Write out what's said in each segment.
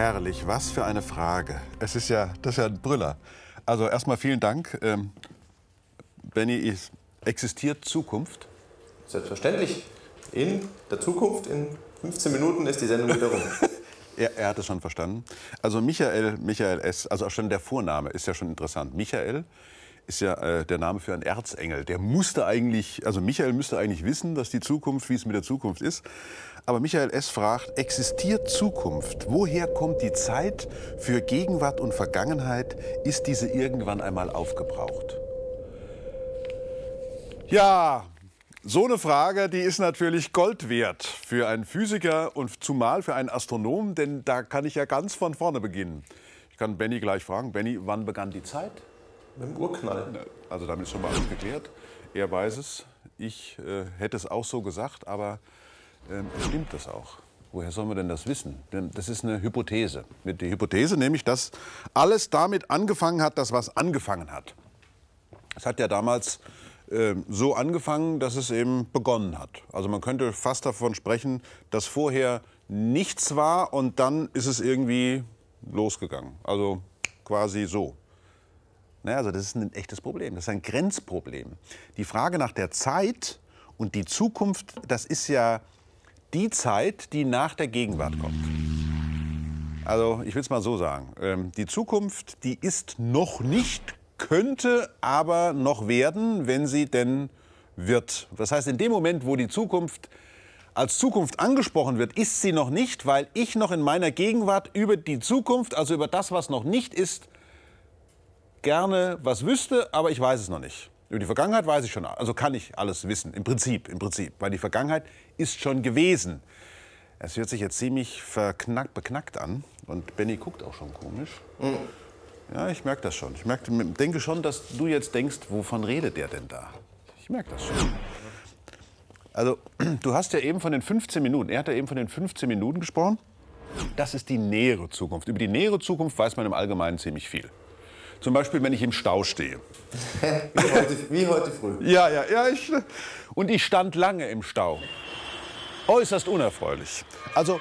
herrlich, was für eine Frage. Das ist ja ein Brüller. Also erstmal vielen Dank. Benny, existiert Zukunft? Selbstverständlich. In der Zukunft, in 15 Minuten ist die Sendung wieder rum. Er hat es schon verstanden. Also Michael S., also auch schon der Vorname ist ja schon interessant. Michael ist ja der Name für einen Erzengel. Der musste eigentlich, also Michael müsste eigentlich wissen, dass die Zukunft, wie es mit der Zukunft ist. Aber Michael S. fragt, existiert Zukunft? Woher kommt die Zeit für Gegenwart und Vergangenheit? Ist diese irgendwann einmal aufgebraucht? Ja, so eine Frage, die ist natürlich Gold wert für einen Physiker und zumal für einen Astronomen, denn da kann ich ja ganz von vorne beginnen. Ich kann Benny gleich fragen, Benny, wann begann die Zeit? Mit dem Urknall. Also damit ist schon mal alles geklärt. Er weiß es, ich hätte es auch so gesagt, aber stimmt das auch? Woher sollen wir denn das wissen? Denn das ist eine Hypothese. Die Hypothese nämlich, dass alles damit angefangen hat, dass was angefangen hat. Es hat ja damals so angefangen, dass es eben begonnen hat. Also man könnte fast davon sprechen, dass vorher nichts war und dann ist es irgendwie losgegangen. Also quasi so. Naja, also das ist ein echtes Problem. Das ist ein Grenzproblem. Die Frage nach der Zeit und die Zukunft, das ist ja die Zeit, die nach der Gegenwart kommt. Also ich will es mal so sagen. Die Zukunft, die ist noch nicht, könnte aber noch werden, wenn sie denn wird. Das heißt, in dem Moment, wo die Zukunft als Zukunft angesprochen wird, ist sie noch nicht, weil ich noch in meiner Gegenwart über die Zukunft, also über das, was noch nicht ist, gerne was wüsste, aber ich weiß es noch nicht. Über die Vergangenheit weiß ich schon, also kann ich alles wissen, im Prinzip, weil die Vergangenheit ist schon gewesen. Es hört sich jetzt ziemlich beknackt an und Benny guckt auch schon komisch. Mhm. Ja, ich merke das schon. Ich denke schon, dass du jetzt denkst, wovon redet der denn da? Ich merke das schon. Also, du hast ja eben von den 15 Minuten, er hat ja eben von den 15 Minuten gesprochen. Das ist die nähere Zukunft. Über die nähere Zukunft weiß man im Allgemeinen ziemlich viel. Zum Beispiel, wenn ich im Stau stehe. Wie heute früh. Ja. Und ich stand lange im Stau. Äußerst unerfreulich. Also,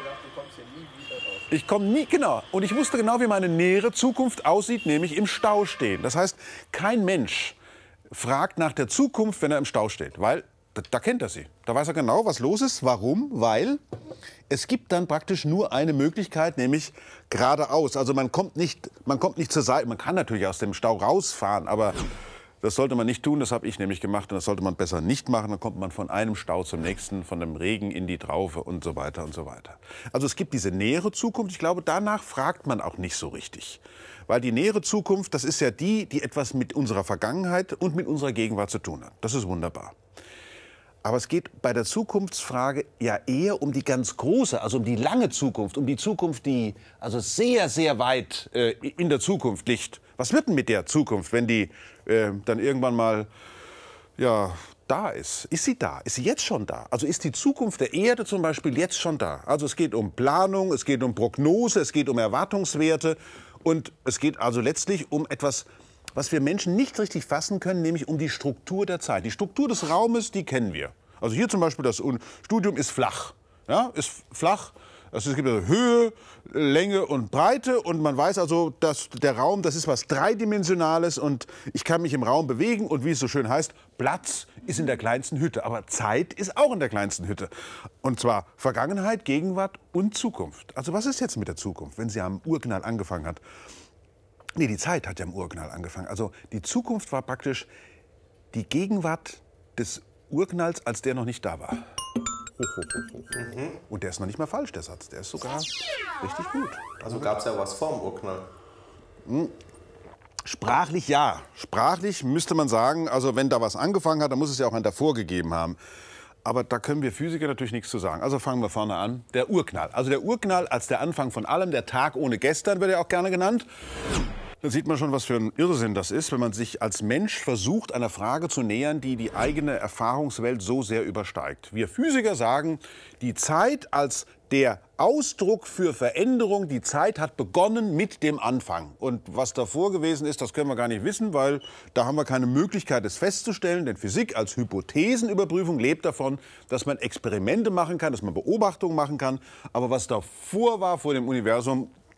ich komme nie, genau. Und ich wusste genau, wie meine nähere Zukunft aussieht, nämlich im Stau stehen. Das heißt, kein Mensch fragt nach der Zukunft, wenn er im Stau steht. Weil, da kennt er sie. Da weiß er genau, was los ist. Warum? Weil es gibt dann praktisch nur eine Möglichkeit, nämlich geradeaus. Also man kommt nicht zur Seite. Man kann natürlich aus dem Stau rausfahren, aber das sollte man nicht tun. Das habe ich nämlich gemacht und das sollte man besser nicht machen. Dann kommt man von einem Stau zum nächsten, von dem Regen in die Traufe und so weiter und so weiter. Also es gibt diese nähere Zukunft. Ich glaube, danach fragt man auch nicht so richtig. Weil die nähere Zukunft, das ist ja die etwas mit unserer Vergangenheit und mit unserer Gegenwart zu tun hat. Das ist wunderbar. Aber es geht bei der Zukunftsfrage ja eher um die ganz große, also um die lange Zukunft, um die Zukunft, die also sehr, sehr weit in der Zukunft liegt. Was wird denn mit der Zukunft, wenn die dann irgendwann mal da ist? Ist sie da? Ist sie jetzt schon da? Also ist die Zukunft der Erde zum Beispiel jetzt schon da? Also es geht um Planung, es geht um Prognose, es geht um Erwartungswerte und es geht also letztlich um etwas, was wir Menschen nicht richtig fassen können, nämlich um die Struktur der Zeit. Die Struktur des Raumes, die kennen wir. Also hier zum Beispiel das Studium ist flach. Ja, ist flach. Es gibt also Höhe, Länge und Breite und man weiß also, dass der Raum, das ist was Dreidimensionales und ich kann mich im Raum bewegen und wie es so schön heißt, Platz ist in der kleinsten Hütte, aber Zeit ist auch in der kleinsten Hütte. Und zwar Vergangenheit, Gegenwart und Zukunft. Also was ist jetzt mit der Zukunft, wenn sie am Urknall angefangen hat? Nee, die Zeit hat ja im Urknall angefangen. Also die Zukunft war praktisch die Gegenwart des Urknalls, als der noch nicht da war. Und der ist noch nicht mal falsch, der Satz. Der ist sogar richtig gut. Also gab es ja was vorm Urknall. Sprachlich ja. Sprachlich müsste man sagen, also wenn da was angefangen hat, dann muss es ja auch einen davor gegeben haben. Aber da können wir Physiker natürlich nichts zu sagen. Also fangen wir vorne an. Der Urknall. Also der Urknall als der Anfang von allem, der Tag ohne gestern wird ja auch gerne genannt. Da sieht man schon, was für ein Irrsinn das ist, wenn man sich als Mensch versucht, einer Frage zu nähern, die die eigene Erfahrungswelt so sehr übersteigt. Wir Physiker sagen, die Zeit als der Ausdruck für Veränderung, die Zeit hat begonnen mit dem Anfang. Und was davor gewesen ist, das können wir gar nicht wissen, weil da haben wir keine Möglichkeit, es festzustellen. Denn Physik als Hypothesenüberprüfung lebt davon, dass man Experimente machen kann, dass man Beobachtungen machen kann. Aber was davor war, vor dem Universum,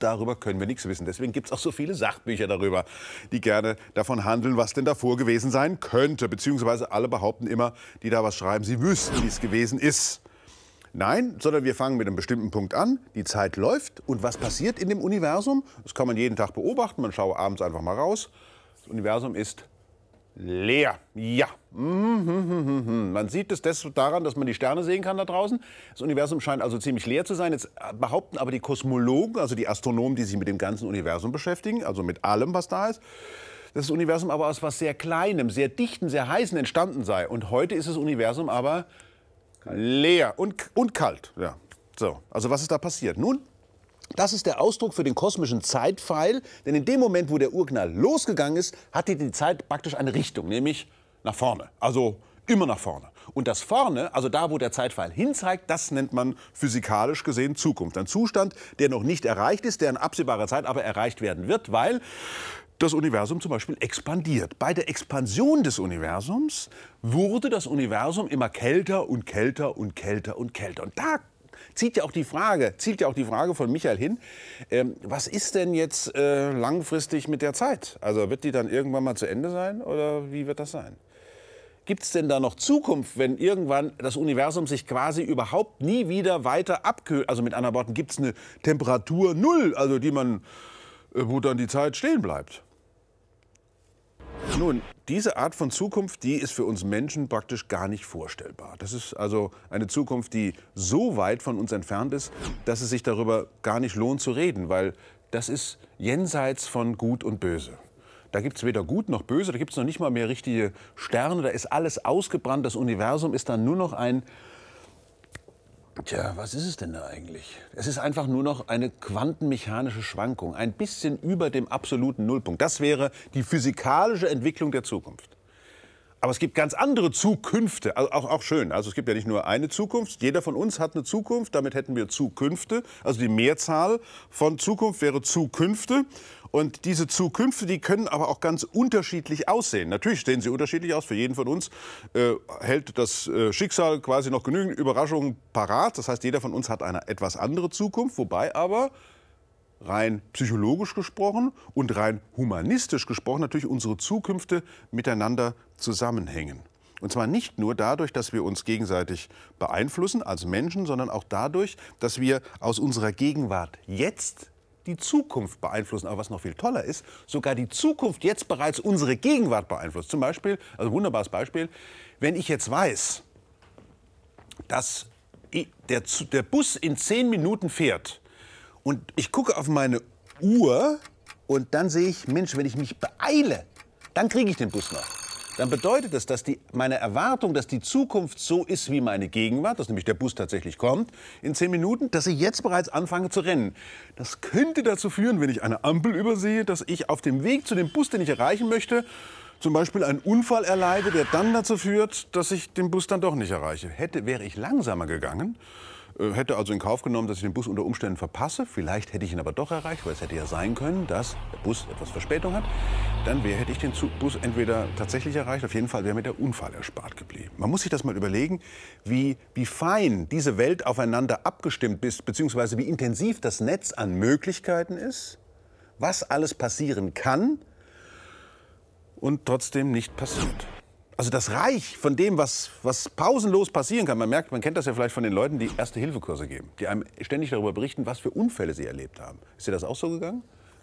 darüber können wir nichts wissen. Deswegen gibt es auch so viele Sachbücher darüber, die gerne davon handeln, was denn davor gewesen sein könnte. Beziehungsweise alle behaupten immer, die da was schreiben, sie wüssten, wie es gewesen ist. Nein, sondern wir fangen mit einem bestimmten Punkt an, die Zeit läuft und was passiert in dem Universum? Das kann man jeden Tag beobachten, man schaue abends einfach mal raus. Das Universum ist leer. Ja. Man sieht es daran, dass man die Sterne sehen kann da draußen. Das Universum scheint also ziemlich leer zu sein. Jetzt behaupten aber die Kosmologen, also die Astronomen, die sich mit dem ganzen Universum beschäftigen, also mit allem, was da ist, dass das Universum aber aus was sehr Kleinem, sehr Dichten, sehr Heißen entstanden sei. Und heute ist das Universum aber leer und kalt. Ja. So, also was ist da passiert? Nun, das ist der Ausdruck für den kosmischen Zeitpfeil, denn in dem Moment, wo der Urknall losgegangen ist, hatte die Zeit praktisch eine Richtung, nämlich nach vorne, also immer nach vorne. Und das vorne, also da, wo der Zeitpfeil hinzeigt, das nennt man physikalisch gesehen Zukunft. Ein Zustand, der noch nicht erreicht ist, der in absehbarer Zeit aber erreicht werden wird, weil das Universum zum Beispiel expandiert. Bei der Expansion des Universums wurde das Universum immer kälter und kälter und kälter und kälter. Und da zielt ja auch die Frage von Michael hin, was ist denn jetzt langfristig mit der Zeit? Also wird die dann irgendwann mal zu Ende sein oder wie wird das sein? Gibt es denn da noch Zukunft, wenn irgendwann das Universum sich quasi überhaupt nie wieder weiter abkühlt? Also mit anderen Worten, gibt es eine Temperatur Null, also wo dann die Zeit stehen bleibt? Nun, diese Art von Zukunft, die ist für uns Menschen praktisch gar nicht vorstellbar. Das ist also eine Zukunft, die so weit von uns entfernt ist, dass es sich darüber gar nicht lohnt zu reden, weil das ist jenseits von Gut und Böse. Da gibt es weder Gut noch Böse, da gibt es noch nicht mal mehr richtige Sterne, da ist alles ausgebrannt, das Universum ist dann nur noch Tja, was ist es denn da eigentlich? Es ist einfach nur noch eine quantenmechanische Schwankung, ein bisschen über dem absoluten Nullpunkt. Das wäre die physikalische Entwicklung der Zukunft. Aber es gibt ganz andere Zukünfte, also auch schön. Also es gibt ja nicht nur eine Zukunft, jeder von uns hat eine Zukunft, damit hätten wir Zukünfte. Also die Mehrzahl von Zukunft wäre Zukünfte. Und diese Zukünfte, die können aber auch ganz unterschiedlich aussehen. Natürlich sehen sie unterschiedlich aus. Für jeden von uns hält das Schicksal quasi noch genügend Überraschungen parat. Das heißt, jeder von uns hat eine etwas andere Zukunft, wobei aber rein psychologisch gesprochen und rein humanistisch gesprochen natürlich unsere Zukünfte miteinander zusammenhängen. Und zwar nicht nur dadurch, dass wir uns gegenseitig beeinflussen als Menschen, sondern auch dadurch, dass wir aus unserer Gegenwart jetzt die Zukunft beeinflussen. Aber was noch viel toller ist, sogar die Zukunft jetzt bereits unsere Gegenwart beeinflusst. Zum Beispiel, also ein wunderbares Beispiel, wenn ich jetzt weiß, dass der Bus in 10 Minuten fährt, und ich gucke auf meine Uhr und dann sehe ich, Mensch, wenn ich mich beeile, dann kriege ich den Bus noch. Dann bedeutet das, dass meine Erwartung, dass die Zukunft so ist wie meine Gegenwart, dass nämlich der Bus tatsächlich kommt in 10 Minuten, dass ich jetzt bereits anfange zu rennen. Das könnte dazu führen, wenn ich eine Ampel übersehe, dass ich auf dem Weg zu dem Bus, den ich erreichen möchte, zum Beispiel einen Unfall erleide, der dann dazu führt, dass ich den Bus dann doch nicht erreiche. Wäre ich langsamer gegangen, hätte also in Kauf genommen, dass ich den Bus unter Umständen verpasse. Vielleicht hätte ich ihn aber doch erreicht, weil es hätte ja sein können, dass der Bus etwas Verspätung hat. Dann hätte ich den Bus entweder tatsächlich erreicht, auf jeden Fall wäre mir der Unfall erspart geblieben. Man muss sich das mal überlegen, wie fein diese Welt aufeinander abgestimmt ist, beziehungsweise wie intensiv das Netz an Möglichkeiten ist, was alles passieren kann und trotzdem nicht passiert. Also das Reich von dem, was pausenlos passieren kann. Man kennt das ja vielleicht von den Leuten, die Erste-Hilfe-Kurse geben, die einem ständig darüber berichten, was für Unfälle sie erlebt haben. Ist dir das auch so gegangen?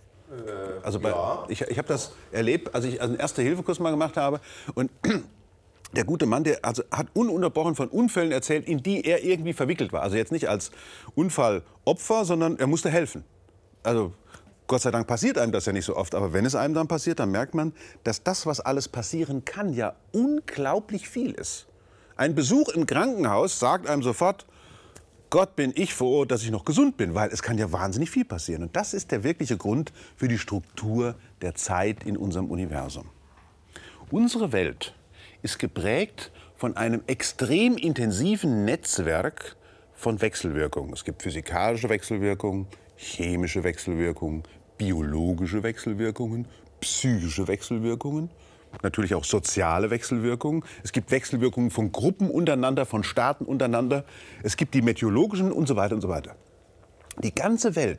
Ja. Ich habe das erlebt, als ich einen Erste-Hilfe-Kurs mal gemacht habe. Und der gute Mann, der hat ununterbrochen von Unfällen erzählt, in die er irgendwie verwickelt war. Also jetzt nicht als Unfallopfer, sondern er musste helfen. Also Gott sei Dank passiert einem das ja nicht so oft, aber wenn es einem dann passiert, dann merkt man, dass das, was alles passieren kann, ja unglaublich viel ist. Ein Besuch im Krankenhaus sagt einem sofort, Gott bin ich froh, dass ich noch gesund bin, weil es kann ja wahnsinnig viel passieren. Und das ist der wirkliche Grund für die Struktur der Zeit in unserem Universum. Unsere Welt ist geprägt von einem extrem intensiven Netzwerk von Wechselwirkungen. Es gibt physikalische Wechselwirkungen, chemische Wechselwirkungen, biologische Wechselwirkungen, psychische Wechselwirkungen, natürlich auch soziale Wechselwirkungen. Es gibt Wechselwirkungen von Gruppen untereinander, von Staaten untereinander. Es gibt die meteorologischen und so weiter und so weiter. Die ganze Welt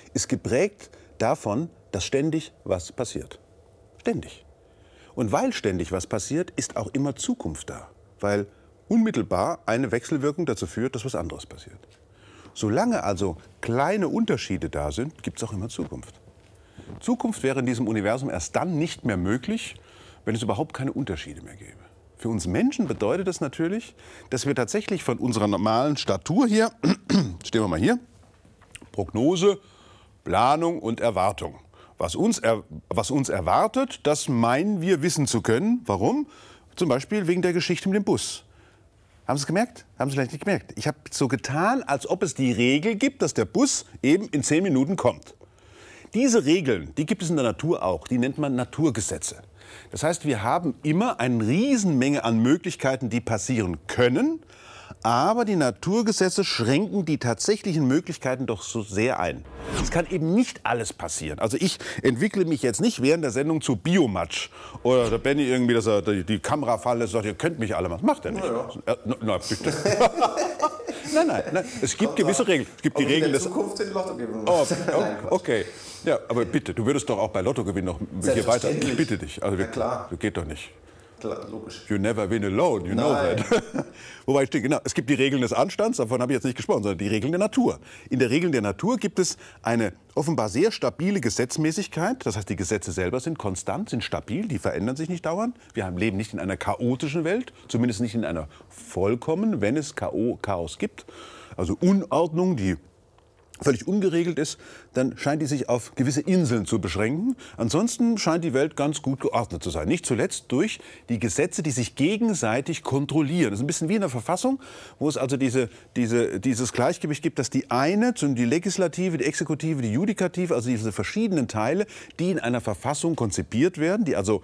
ist geprägt davon, dass ständig was passiert. Ständig. Und weil ständig was passiert, ist auch immer Zukunft da. Weil unmittelbar eine Wechselwirkung dazu führt, dass was anderes passiert. Solange also kleine Unterschiede da sind, gibt es auch immer Zukunft. Zukunft wäre in diesem Universum erst dann nicht mehr möglich, wenn es überhaupt keine Unterschiede mehr gäbe. Für uns Menschen bedeutet das natürlich, dass wir tatsächlich von unserer normalen Statur hier, stehen wir mal hier, Prognose, Planung und Erwartung. Was uns erwartet, das meinen wir wissen zu können. Warum? Zum Beispiel wegen der Geschichte mit dem Bus. Haben Sie es gemerkt? Haben Sie vielleicht nicht gemerkt? Ich habe so getan, als ob es die Regel gibt, dass der Bus eben in 10 Minuten kommt. Diese Regeln, die gibt es in der Natur auch. Die nennt man Naturgesetze. Das heißt, wir haben immer eine Riesenmenge an Möglichkeiten, die passieren können. Aber die Naturgesetze schränken die tatsächlichen Möglichkeiten doch so sehr ein. Es kann eben nicht alles passieren. Also ich entwickle mich jetzt nicht während der Sendung zu Biomatsch. Oder der Benny irgendwie, dass er die Kamera fallen lässt und sagt, ihr könnt mich alle machen. Das macht er nicht. Ja. Na, bitte. Nein. Es gibt gewisse Regeln. Es gibt die Regeln des... Zukunft in Lotto gewinnen. Okay. Ja, aber bitte, du würdest doch auch bei Lotto gewinnen noch hier weiter. Ich bitte dich. Also, klar. Das geht doch nicht. Klar, logisch. You never win alone, you know that. Wobei steht, genau, es gibt die Regeln des Anstands, davon habe ich jetzt nicht gesprochen, sondern die Regeln der Natur. In der Regeln der Natur gibt es eine offenbar sehr stabile Gesetzmäßigkeit. Das heißt, die Gesetze selber sind konstant, sind stabil, die verändern sich nicht dauernd. Wir leben nicht in einer chaotischen Welt, zumindest nicht in einer vollkommenen, wenn es Chaos gibt. Also Unordnung, die völlig ungeregelt ist, dann scheint die sich auf gewisse Inseln zu beschränken. Ansonsten scheint die Welt ganz gut geordnet zu sein. Nicht zuletzt durch die Gesetze, die sich gegenseitig kontrollieren. Das ist ein bisschen wie in der Verfassung, wo es also dieses Gleichgewicht gibt, dass die eine, die Legislative, die Exekutive, die Judikative, also diese verschiedenen Teile, die in einer Verfassung konzipiert werden, die also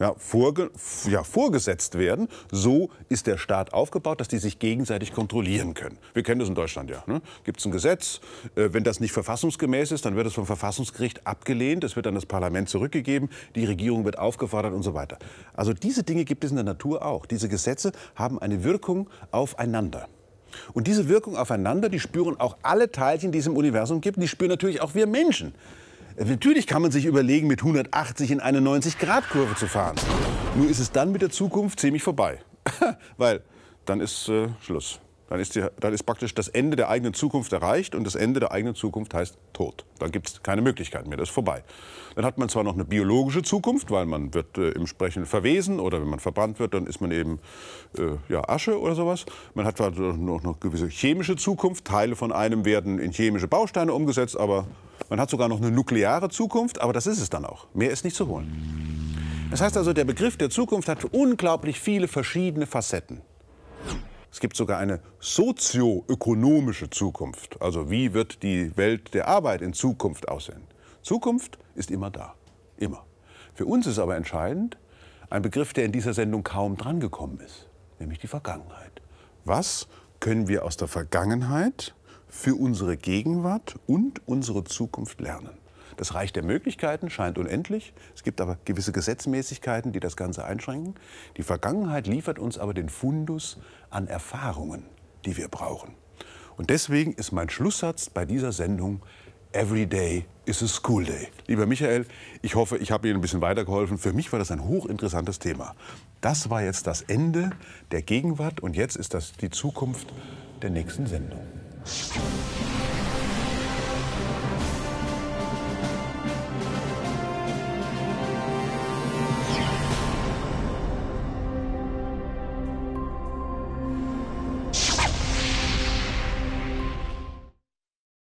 vorgesetzt werden. So ist der Staat aufgebaut, dass die sich gegenseitig kontrollieren können. Wir kennen das in Deutschland ja. Ne? Gibt es ein Gesetz, wenn das nicht verfassungsgemäß ist, dann wird es vom Verfassungsgericht abgelehnt, es wird an das Parlament zurückgegeben, die Regierung wird aufgefordert und so weiter. Also diese Dinge gibt es in der Natur auch. Diese Gesetze haben eine Wirkung aufeinander. Und diese Wirkung aufeinander, die spüren auch alle Teilchen, die es im Universum gibt, die spüren natürlich auch wir Menschen. Natürlich kann man sich überlegen, mit 180 in eine 90-Grad-Kurve zu fahren. Nur ist es dann mit der Zukunft ziemlich vorbei. Weil dann ist Schluss. Dann ist praktisch das Ende der eigenen Zukunft erreicht und das Ende der eigenen Zukunft heißt Tod. Dann gibt es keine Möglichkeiten mehr, das ist vorbei. Dann hat man zwar noch eine biologische Zukunft, weil man wird entsprechend verwesen oder wenn man verbrannt wird, dann ist man eben Asche oder sowas. Man hat zwar noch eine gewisse chemische Zukunft, Teile von einem werden in chemische Bausteine umgesetzt, aber man hat sogar noch eine nukleare Zukunft, aber das ist es dann auch. Mehr ist nicht zu holen. Das heißt also, der Begriff der Zukunft hat unglaublich viele verschiedene Facetten. Es gibt sogar eine sozioökonomische Zukunft. Also wie wird die Welt der Arbeit in Zukunft aussehen? Zukunft ist immer da. Immer. Für uns ist aber entscheidend ein Begriff, der in dieser Sendung kaum drangekommen ist. Nämlich die Vergangenheit. Was können wir aus der Vergangenheit für unsere Gegenwart und unsere Zukunft lernen? Das Reich der Möglichkeiten scheint unendlich. Es gibt aber gewisse Gesetzmäßigkeiten, die das Ganze einschränken. Die Vergangenheit liefert uns aber den Fundus an Erfahrungen, die wir brauchen. Und deswegen ist mein Schlusssatz bei dieser Sendung: Every day is a school day. Lieber Michael, ich hoffe, ich habe Ihnen ein bisschen weitergeholfen. Für mich war das ein hochinteressantes Thema. Das war jetzt das Ende der Gegenwart und jetzt ist das die Zukunft der nächsten Sendung.